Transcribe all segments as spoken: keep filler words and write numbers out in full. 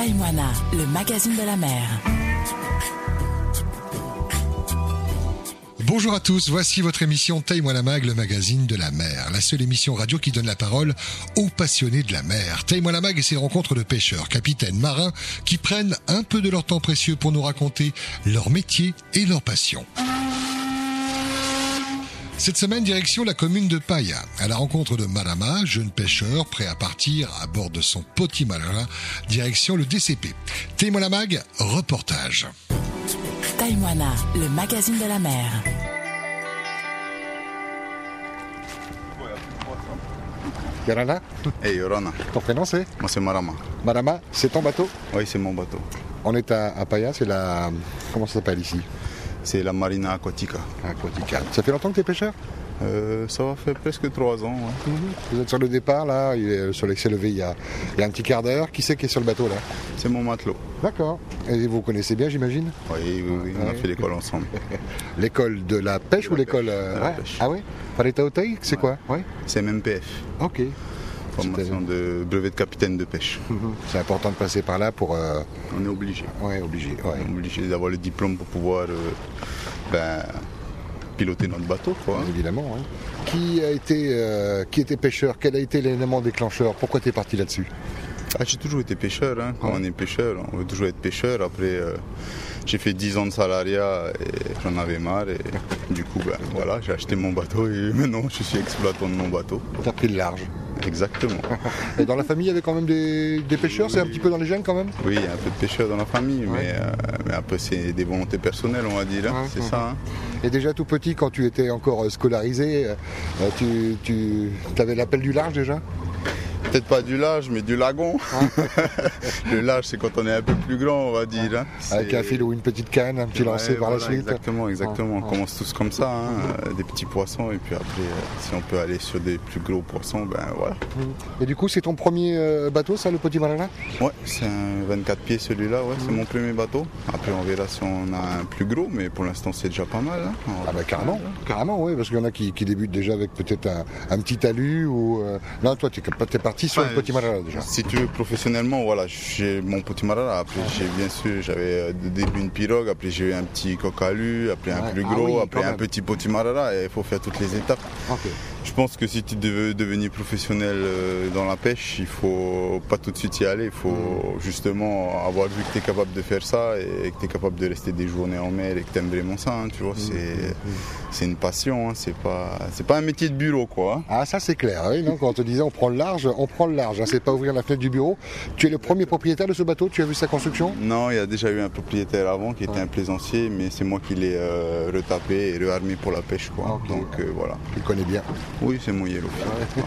Taïwana, le magazine de la mer. Bonjour à tous, voici votre émission Taïwana Mag, le magazine de la mer. La seule émission radio qui donne la parole aux passionnés de la mer. Taïwana Mag et ses rencontres de pêcheurs, capitaines, marins qui prennent un peu de leur temps précieux pour nous raconter leur métier et leur passion. Cette semaine, direction la commune de Paya, à la rencontre de Marama, jeune pêcheur prêt à partir à bord de son Potimarara, direction le D C P. Taïwana Mag, reportage. Taïwana, le magazine de la mer. Yorana? Hey Yorana. Ton prénom c'est? Moi c'est Marama. Marama, c'est ton bateau? Oui, c'est mon bateau. On est à, à Paya, c'est la... Comment ça s'appelle ici? C'est la Marina Aquatica. Aquatica. Ça fait longtemps que tu es pêcheur? euh, Ça va faire presque trois ans. Ouais. Mmh. Vous êtes sur le départ là, le soleil s'est levé il y, a, il y a un petit quart d'heure. Qui c'est qui est sur le bateau là? C'est mon matelot. D'accord. Et vous connaissez bien, j'imagine? Oui, oui, oui, on ah, a oui. fait l'école ensemble. L'école de la pêche de ou la l'école pêche, euh... de la ouais. pêche. Ah oui? Pareta Otei, c'est ouais. quoi? Ouais. C'est M M P F. Ok. Formation de brevet de capitaine de pêche. Mmh. C'est important de passer par là pour... Euh... On est obligé. Ouais, obligé. Ouais. On est obligé d'avoir le diplôme pour pouvoir euh, ben, piloter notre bateau. Quoi. Évidemment. Hein. Qui a été, euh, qui était pêcheur? Quel a été l'élément déclencheur? Pourquoi tu es parti là-dessus? Ah, j'ai toujours été pêcheur. Hein. Quand ouais. on est pêcheur, on veut toujours être pêcheur. Après, euh, j'ai fait dix ans de salariat et j'en avais marre. Et du coup, ben, voilà, j'ai acheté mon bateau et maintenant je suis exploitant de mon bateau. Tu as pris le large. Exactement. Et dans la famille, il y avait quand même des, des pêcheurs? Oui. C'est un petit peu dans les gènes quand même? Oui, il y a un peu de pêcheurs dans la famille, ouais. mais, euh, mais un peu c'est des volontés personnelles, on va dire. Hein. Ouais, c'est ouais. ça. Hein. Et déjà tout petit, quand tu étais encore scolarisé, tu, tu avais l'appel du large déjà? Peut-être pas du large, mais du lagon. Ah. Le large, c'est quand on est un peu plus grand, on va dire. Hein. Avec un fil ou une petite canne, un petit ouais, lancer par voilà, la suite. Exactement, exactement. Ah. On commence tous comme ça, hein, mmh. des petits poissons, et puis après, si on peut aller sur des plus gros poissons, ben voilà. Mmh. Et du coup, c'est ton premier bateau, ça, le Potimarara? Ouais, c'est un vingt-quatre pieds celui-là, ouais, mmh. c'est mon premier bateau. Après, on verra si on a un plus gros, mais pour l'instant, c'est déjà pas mal. Hein. Ah bah carrément, mal, hein. carrément, oui, parce qu'il y en a qui, qui débutent déjà avec peut-être un, un petit talus ou... Euh... Non, toi, tu es parti sur ouais, le Potimarara déjà. Si tu veux, professionnellement, voilà, j'ai mon Potimarara. Après, j'ai bien sûr, j'avais au début une pirogue, après j'ai eu un petit cocalu, après un ouais. plus gros, ah oui, après un même. petit Potimarara, et il faut faire toutes les étapes. Okay. Je pense que si tu veux devenir professionnel dans la pêche, il faut pas tout de suite y aller, il faut mmh. justement avoir vu que tu es capable de faire ça et que tu es capable de rester des journées en mer et que tu aimes vraiment ça, hein, tu vois, mmh. c'est, c'est une passion, hein, c'est pas, c'est pas un métier de bureau, quoi. Hein. Ah, ça c'est clair, oui, non, quand on te disait on prend le large, on prend le large, hein, c'est pas ouvrir la fenêtre du bureau. Tu es le premier propriétaire de ce bateau, tu as vu sa construction? Non, il y a déjà eu un propriétaire avant qui était ouais. un plaisancier, mais c'est moi qui l'ai euh, retapé et rearmé pour la pêche, quoi. Okay. Donc euh, voilà. Tu le connais bien? Oui, c'est mon yellow fin.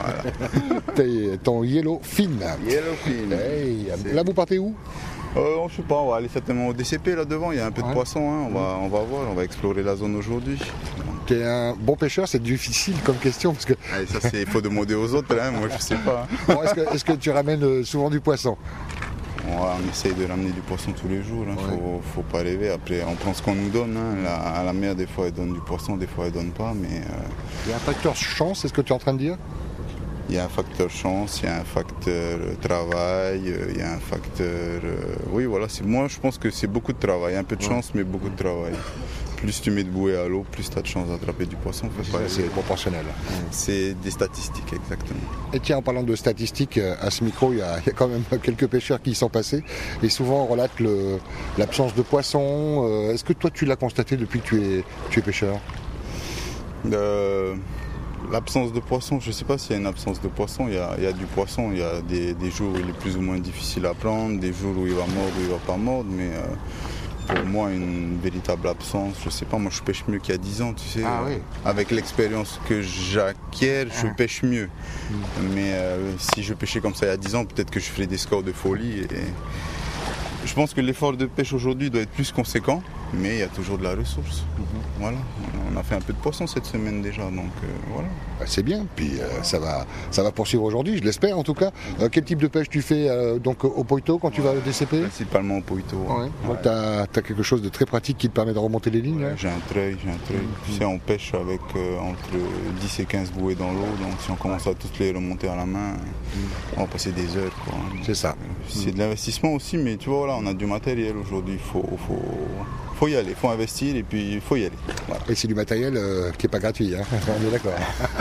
Voilà. Ton yellow fin. Yellow fin. Hey, là, vous partez où? euh, Je sais pas, on va aller certainement au D C P là devant, il y a un peu ouais. de poissons, hein. on, va, on va voir, on va explorer la zone aujourd'hui. Tu es un bon pêcheur, c'est difficile comme question parce que... Allez, ça c'est faut demander aux autres, hein. Moi je sais pas. Hein. Bon, est-ce, que, est-ce que tu ramènes souvent du poisson? Ouais, on essaye de ramener du poisson tous les jours, hein. ouais. faut, faut pas rêver. Après, on prend ce qu'on nous donne. Hein. La, à la mer, des fois, elle donne du poisson, des fois, elle donne pas. Mais, euh... il y a un facteur chance, c'est ce que tu es en train de dire? Il y a un facteur chance, il y a un facteur travail, il y a un facteur... Euh... Oui, voilà, c'est... moi, je pense que c'est beaucoup de travail. Un peu de ouais. chance, mais beaucoup de travail. Plus tu mets de bouée à l'eau, plus tu as de chance d'attraper du poisson. C'est, pas c'est proportionnel. C'est des statistiques, exactement. Et tiens, en parlant de statistiques, à ce micro, il y a, il y a quand même quelques pêcheurs qui y sont passés. Et souvent, on relate le, l'absence de poissons. Est-ce que toi, tu l'as constaté depuis que tu es, tu es pêcheur? euh, L'absence de poisson, je ne sais pas s'il y a une absence de poisson. Il y a, il y a du poisson, il y a des, des jours où il est plus ou moins difficile à prendre, des jours où il va mordre ou il ne va pas mordre. Mais euh, pour moi, une véritable absence, je sais pas, moi je pêche mieux qu'il y a dix ans, tu sais. Ah, oui. Avec l'expérience que j'acquiers, je ah. pêche mieux. Mm. Mais euh, si je pêchais comme ça il y a dix ans, peut-être que je ferais des scores de folie. Et... Je pense que l'effort de pêche aujourd'hui doit être plus conséquent. mais il y a toujours de la ressource. Mm-hmm. Voilà, on a fait un peu de poisson cette semaine déjà, donc euh, voilà. Bah, c'est bien, puis euh, ça va, ça va poursuivre aujourd'hui, je l'espère en tout cas. Euh, quel type de pêche tu fais euh, donc au poito quand tu ouais. vas au D C P? Principalement au poito. Ouais. Ouais. Tu as quelque chose de très pratique qui te permet de remonter les lignes. Ouais, j'ai un treuil, j'ai un treuil. Mm-hmm. Tu sais, on pêche avec euh, entre dix et quinze bouées dans l'eau, donc si on commence à toutes les remonter à la main, mm-hmm. on va passer des heures, quoi. C'est ça. C'est mm-hmm. de l'investissement aussi, mais tu vois, voilà, on a du matériel aujourd'hui, il faut, faut, faut y aller, il faut investir et puis il faut y aller. Voilà. Et c'est du matériel euh, qui n'est pas gratuit, hein. On est d'accord.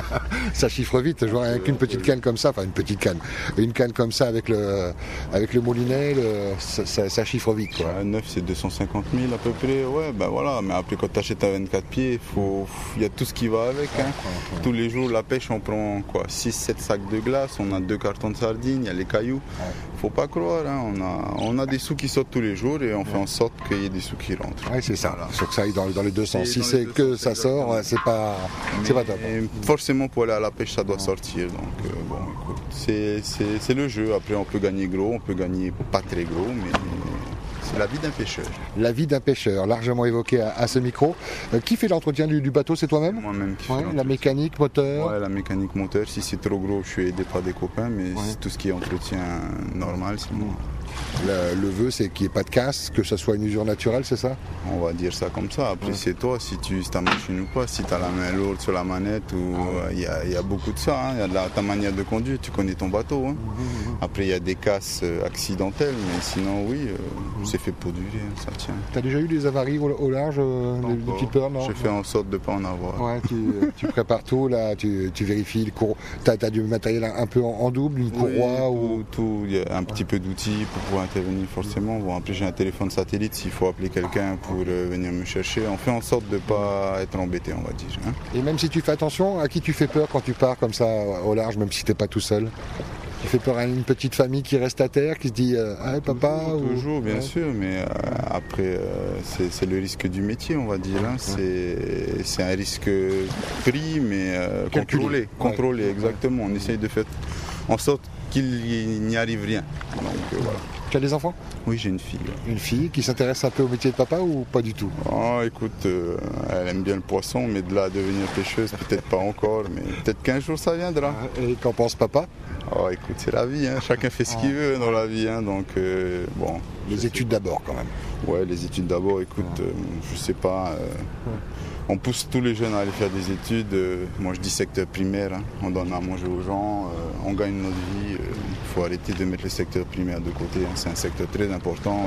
Ça chiffre vite, je vois, avec une petite canne comme ça, enfin une petite canne, une canne comme ça avec le, avec le moulinet, le, ça, ça, ça chiffre vite, quoi. Ouais, neuf c'est deux cent cinquante mille à peu près, ouais, ben voilà, mais après quand tu achètes à vingt-quatre pieds, il y a tout ce qui va avec, hein. Ouais, ouais. Tous les jours, la pêche, on prend quoi, six sept sacs de glace, on a deux cartons de sardines, il y a les cailloux. Ouais. Faut pas croire, hein, on, a, on a des sous qui sortent tous les jours et on fait en sorte qu'il y ait des sous qui rentrent. Oui, c'est ça, il faut que ça aille dans, dans les deux sens. Si c'est que ça sort, c'est pas, c'est pas top. Forcément, pour aller à la pêche, ça doit sortir. Donc, euh, bon, écoute, c'est, c'est, c'est le jeu. Après, on peut gagner gros, on peut gagner pas très gros, mais c'est la vie d'un pêcheur. La vie d'un pêcheur, largement évoqué à, à ce micro. Euh, qui fait l'entretien du, du bateau, c'est toi-même? Moi-même qui ouais, fais la mécanique, moteur? Ouais, la mécanique, moteur. Si c'est trop gros, je suis aidé par des copains, mais ouais. tout ce qui est entretien normal, c'est moi. Le, le vœu, c'est qu'il n'y ait pas de casse, que ce soit une usure naturelle, c'est ça? On va dire ça comme ça. Après, ouais. c'est toi, si tu uses ta machine ou pas, si tu as la main lourde sur la manette, il ou, ah ouais. euh, y, y a beaucoup de ça. Il hein. y a de la, ta manière de conduire, tu connais ton bateau. Hein. Mmh. Après, il y a des casses accidentelles, mais sinon, oui, euh, mmh. c'est fait pour durer, hein, ça tient. Tu as déjà eu des avaries au, au large, euh, des, des petites peurs, non? Je fais en sorte de ne pas en avoir. Ouais, tu, tu prépares tout, là, tu, tu vérifies le courroie. Tu as, as du matériel un peu en, en double, une courroie oui, ou... tout, il y a un petit ouais. peu d'outils pour pouvoir intervenir forcément. Bon, après, j'ai un téléphone satellite s'il faut appeler quelqu'un pour euh, venir me chercher. On fait en sorte de ne pas être embêté, on va dire. Hein. Et même si tu fais attention, à qui tu fais peur quand tu pars comme ça au large, même si tu n'es pas tout seul? Tu fais peur à une petite famille qui reste à terre, qui se dit euh, ah, toujours, papa Toujours, ou... bien ouais. sûr, mais euh, après, euh, c'est, c'est le risque du métier, on va dire. Hein. C'est, c'est un risque pris, mais euh, contrôlé. Contrôlé, ouais. exactement. On essaye de faire en sorte qu'il n'y arrive rien. Donc, euh, voilà. Tu as des enfants? Oui, j'ai une fille. Une fille qui s'intéresse un peu au métier de papa ou pas du tout? Oh, écoute, euh, elle aime bien le poisson, mais de là à devenir pêcheuse, peut-être pas encore, mais peut-être qu'un jour ça viendra. Et qu'en pense papa? Oh, écoute, c'est la vie, hein. Chacun fait ce qu'il veut dans la vie, hein. Donc euh, bon. Les études d'abord, quand même. Ouais, les études d'abord. Écoute, ouais. euh, je sais pas. Euh, ouais. On pousse tous les jeunes à aller faire des études. Euh, moi, je dis secteur primaire. Hein. On donne à manger aux gens. Euh, on gagne notre vie. Il euh, faut arrêter de mettre le secteur primaire de côté. Hein. C'est un secteur très important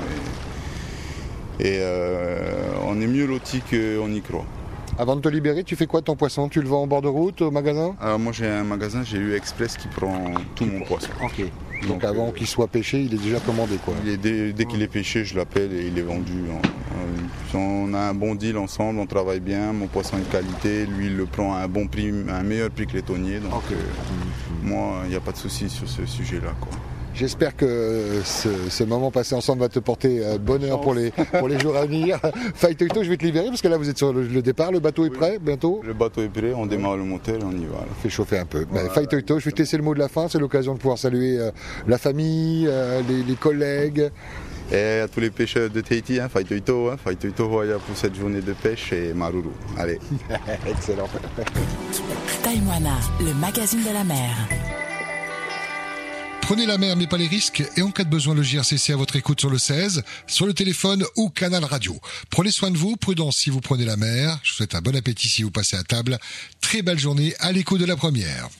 et, et euh, on est mieux loti qu'on y croit. Avant de te libérer, tu fais quoi de ton poisson? Tu le vends en bord de route, au magasin? Alors moi j'ai un magasin, j'ai eu Express qui prend tout mon poisson. Ok. Donc, Donc avant euh, qu'il soit pêché, il est déjà commandé, quoi. Il est dès, dès qu'il est pêché, je l'appelle et il est vendu. On a un bon deal ensemble, on travaille bien, mon poisson est de qualité, lui il le prend à un bon prix, à un meilleur prix que les tonniers. Donc okay. euh, moi, il n'y a pas de souci sur ce sujet-là, quoi. J'espère que ce, ce moment passé ensemble va te porter euh, bonheur pour les, pour les jours à venir. Faitoito, je vais te libérer parce que là vous êtes sur le, le départ, le bateau est oui. prêt bientôt? Le bateau est prêt, on démarre le moteur et on y va. Là. Fait chauffer un peu. Voilà. Faitoito, je vais te laisser le mot de la fin, c'est l'occasion de pouvoir saluer euh, la famille, euh, les, les collègues. Et à tous les pêcheurs de Tahiti, hein, Faitoito, hein, Faitoito Roya pour cette journée de pêche et Maruru. Allez. Excellent. Taïwana, le magazine de la mer. Prenez la mer mais pas les risques et en cas de besoin le J R C C à votre écoute sur le seize, sur le téléphone ou canal radio. Prenez soin de vous, prudence si vous prenez la mer. Je vous souhaite un bon appétit si vous passez à table. Très belle journée à l'écho de la première.